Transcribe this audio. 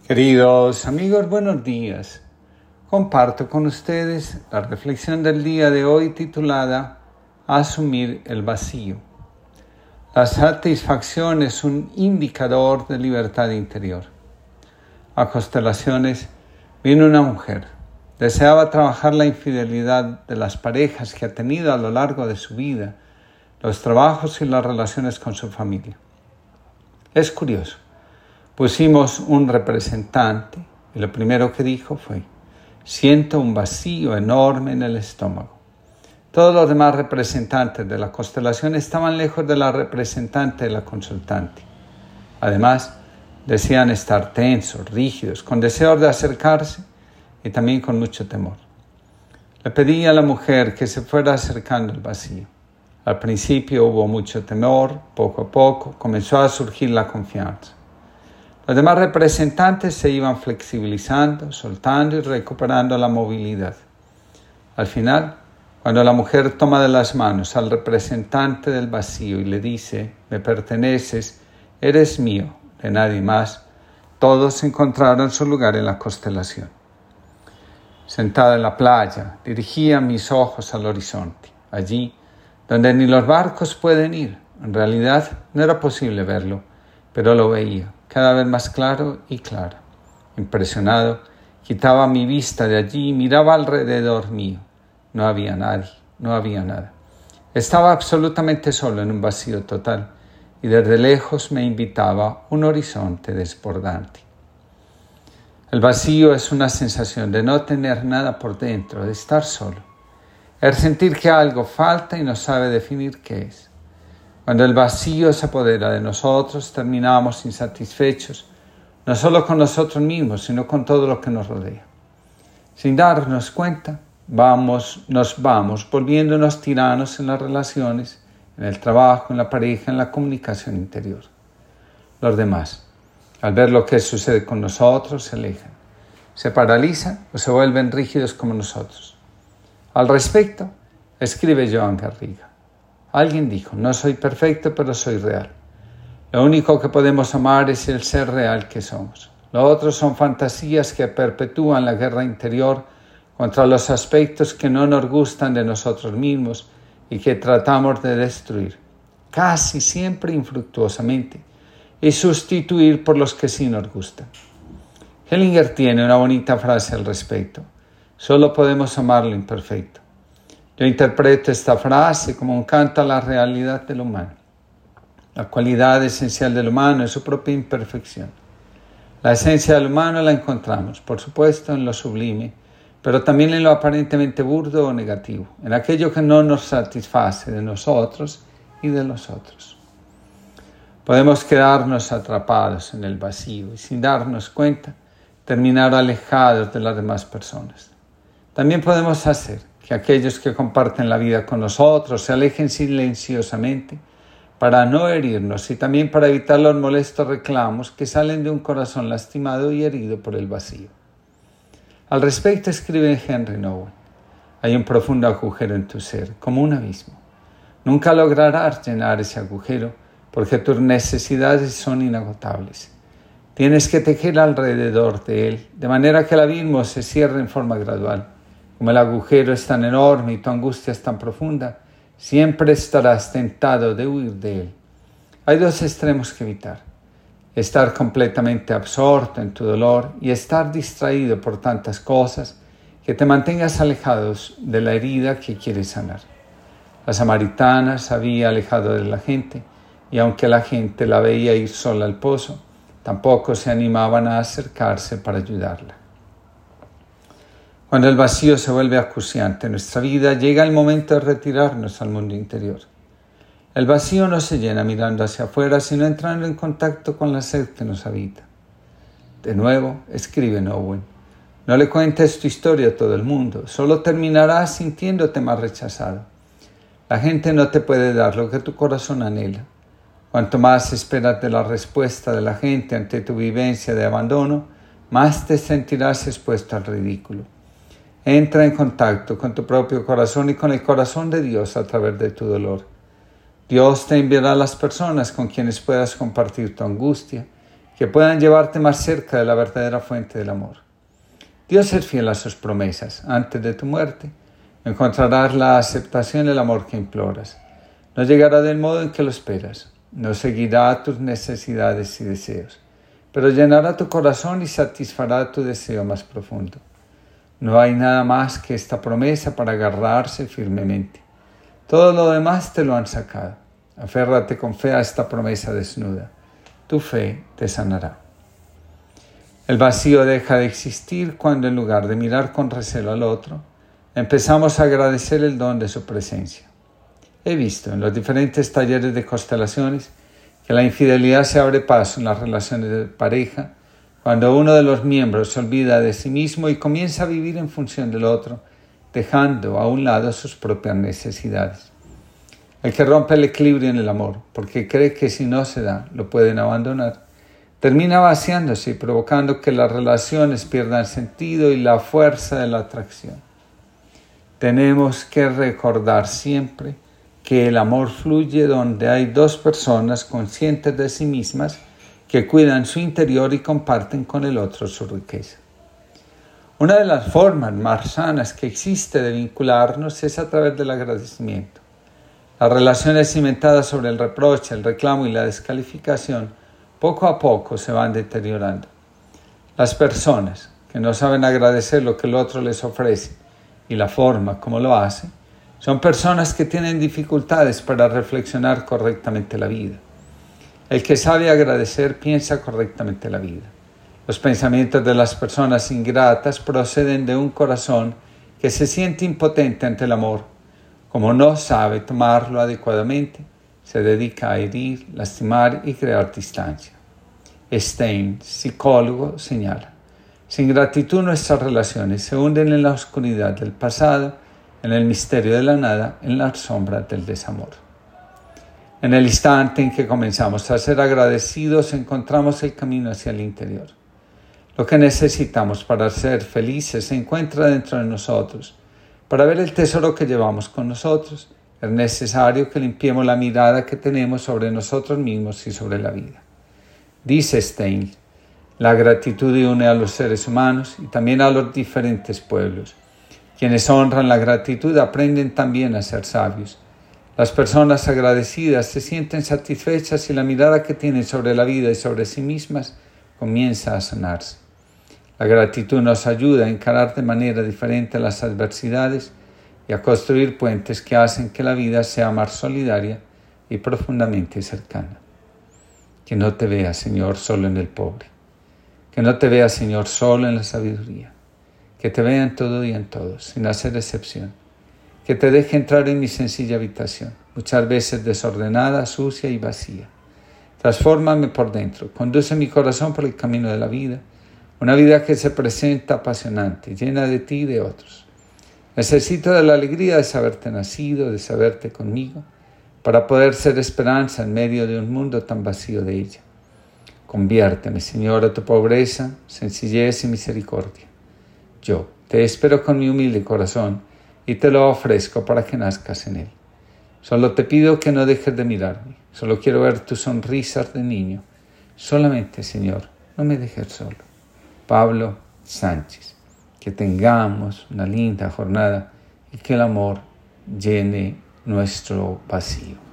Queridos amigos, buenos días. Comparto con ustedes la reflexión del día de hoy titulada Asumir el vacío. La satisfacción es un indicador de libertad interior. A Constelaciones vino una mujer. Deseaba trabajar la infidelidad de las parejas que ha tenido a lo largo de su vida, los trabajos y las relaciones con su familia. Es curioso. Pusimos un representante y lo primero que dijo fue: siento un vacío enorme en el estómago. Todos los demás representantes de la constelación estaban lejos de la representante de la consultante. Además, decían estar tensos, rígidos, con deseos de acercarse y también con mucho temor. Le pedí a la mujer que se fuera acercando al vacío. Al principio hubo mucho temor, poco a poco comenzó a surgir la confianza. Los demás representantes se iban flexibilizando, soltando y recuperando la movilidad. Al final, cuando la mujer toma de las manos al representante del vacío y le dice: me perteneces, eres mío, de nadie más, todos encontraron su lugar en la constelación. Sentada en la playa, dirigía mis ojos al horizonte, allí donde ni los barcos pueden ir. En realidad no era posible verlo, pero lo veía, cada vez más claro y claro. Impresionado, quitaba mi vista de allí y miraba alrededor mío. No había nadie, no había nada. Estaba absolutamente solo en un vacío total y desde lejos me invitaba un horizonte desbordante. El vacío es una sensación de no tener nada por dentro, de estar solo. Es sentir que algo falta y no sabe definir qué es. Cuando el vacío se apodera de nosotros, terminamos insatisfechos, no solo con nosotros mismos, sino con todo lo que nos rodea. Sin darnos cuenta, nos vamos volviéndonos tiranos en las relaciones, en el trabajo, en la pareja, en la comunicación interior. Los demás, al ver lo que sucede con nosotros, se alejan, se paralizan o se vuelven rígidos como nosotros. Al respecto, escribe Joan Garriga. Alguien dijo: no soy perfecto, pero soy real. Lo único que podemos amar es el ser real que somos. Lo otro son fantasías que perpetúan la guerra interior contra los aspectos que no nos gustan de nosotros mismos y que tratamos de destruir, casi siempre infructuosamente, y sustituir por los que sí nos gustan. Hellinger tiene una bonita frase al respecto: solo podemos amar lo imperfecto. Yo interpreto esta frase como un canto a la realidad del humano. La cualidad esencial del humano es su propia imperfección. La esencia del humano la encontramos, por supuesto, en lo sublime, pero también en lo aparentemente burdo o negativo, en aquello que no nos satisface de nosotros y de los otros. Podemos quedarnos atrapados en el vacío y, sin darnos cuenta, terminar alejados de las demás personas. También podemos hacer que aquellos que comparten la vida con nosotros se alejen silenciosamente para no herirnos y también para evitar los molestos reclamos que salen de un corazón lastimado y herido por el vacío. Al respecto escribe Henry Nouwen: hay un profundo agujero en tu ser, como un abismo. Nunca lograrás llenar ese agujero porque tus necesidades son inagotables. Tienes que tejer alrededor de él, de manera que el abismo se cierre en forma gradual. Como el agujero es tan enorme y tu angustia es tan profunda, siempre estarás tentado de huir de él. Hay dos extremos que evitar: estar completamente absorto en tu dolor y estar distraído por tantas cosas que te mantengas alejados de la herida que quieres sanar. La samaritana se había alejado de la gente y aunque la gente la veía ir sola al pozo, tampoco se animaban a acercarse para ayudarla. Cuando el vacío se vuelve acuciante en nuestra vida, llega el momento de retirarnos al mundo interior. El vacío no se llena mirando hacia afuera, sino entrando en contacto con la sed que nos habita. De nuevo, escribe Nouwen: no le cuentes tu historia a todo el mundo, solo terminarás sintiéndote más rechazado. La gente no te puede dar lo que tu corazón anhela. Cuanto más esperas de la respuesta de la gente ante tu vivencia de abandono, más te sentirás expuesto al ridículo. Entra en contacto con tu propio corazón y con el corazón de Dios a través de tu dolor. Dios te enviará a las personas con quienes puedas compartir tu angustia que puedan llevarte más cerca de la verdadera fuente del amor. Dios es fiel a sus promesas. Antes de tu muerte, encontrarás la aceptación y el amor que imploras. No llegará del modo en que lo esperas. No seguirá tus necesidades y deseos, pero llenará tu corazón y satisfará tu deseo más profundo. No hay nada más que esta promesa para agarrarse firmemente. Todo lo demás te lo han sacado. Aférrate con fe a esta promesa desnuda. Tu fe te sanará. El vacío deja de existir cuando, en lugar de mirar con recelo al otro, empezamos a agradecer el don de su presencia. He visto en los diferentes talleres de constelaciones que la infidelidad se abre paso en las relaciones de pareja cuando uno de los miembros se olvida de sí mismo y comienza a vivir en función del otro, dejando a un lado sus propias necesidades. El que rompe el equilibrio en el amor, porque cree que si no se da, lo pueden abandonar, termina vaciándose y provocando que las relaciones pierdan sentido y la fuerza de la atracción. Tenemos que recordar siempre que el amor fluye donde hay dos personas conscientes de sí mismas que cuidan su interior y comparten con el otro su riqueza. Una de las formas más sanas que existe de vincularnos es a través del agradecimiento. Las relaciones cimentadas sobre el reproche, el reclamo y la descalificación poco a poco se van deteriorando. Las personas que no saben agradecer lo que el otro les ofrece y la forma como lo hace, son personas que tienen dificultades para reflexionar correctamente la vida. El que sabe agradecer piensa correctamente la vida. Los pensamientos de las personas ingratas proceden de un corazón que se siente impotente ante el amor. Como no sabe tomarlo adecuadamente, se dedica a herir, lastimar y crear distancia. Stein, psicólogo, señala: sin gratitud nuestras relaciones se hunden en la oscuridad del pasado, en el misterio de la nada, en las sombras del desamor. En el instante en que comenzamos a ser agradecidos, encontramos el camino hacia el interior. Lo que necesitamos para ser felices se encuentra dentro de nosotros. Para ver el tesoro que llevamos con nosotros, es necesario que limpiemos la mirada que tenemos sobre nosotros mismos y sobre la vida. Dice Stein: la gratitud une a los seres humanos y también a los diferentes pueblos. Quienes honran la gratitud aprenden también a ser sabios. Las personas agradecidas se sienten satisfechas y la mirada que tienen sobre la vida y sobre sí mismas comienza a sanarse. La gratitud nos ayuda a encarar de manera diferente las adversidades y a construir puentes que hacen que la vida sea más solidaria y profundamente cercana. Que no te veas, Señor, solo en el pobre. Que no te veas, Señor, solo en la sabiduría. Que te vea en todo y en todos, sin hacer excepción. Que te deje entrar en mi sencilla habitación, muchas veces desordenada, sucia y vacía. Transfórmame por dentro, conduce mi corazón por el camino de la vida, una vida que se presenta apasionante, llena de ti y de otros. Necesito de la alegría de saberte nacido, de saberte conmigo, para poder ser esperanza en medio de un mundo tan vacío de ella. Conviérteme, Señor, a tu pobreza, sencillez y misericordia. Yo te espero con mi humilde corazón y te lo ofrezco para que nazcas en él. Solo te pido que no dejes de mirarme. Solo quiero ver tus sonrisas de niño. Solamente, Señor, no me dejes solo. Pablo Sánchez. Que tengamos una linda jornada y que el amor llene nuestro vacío.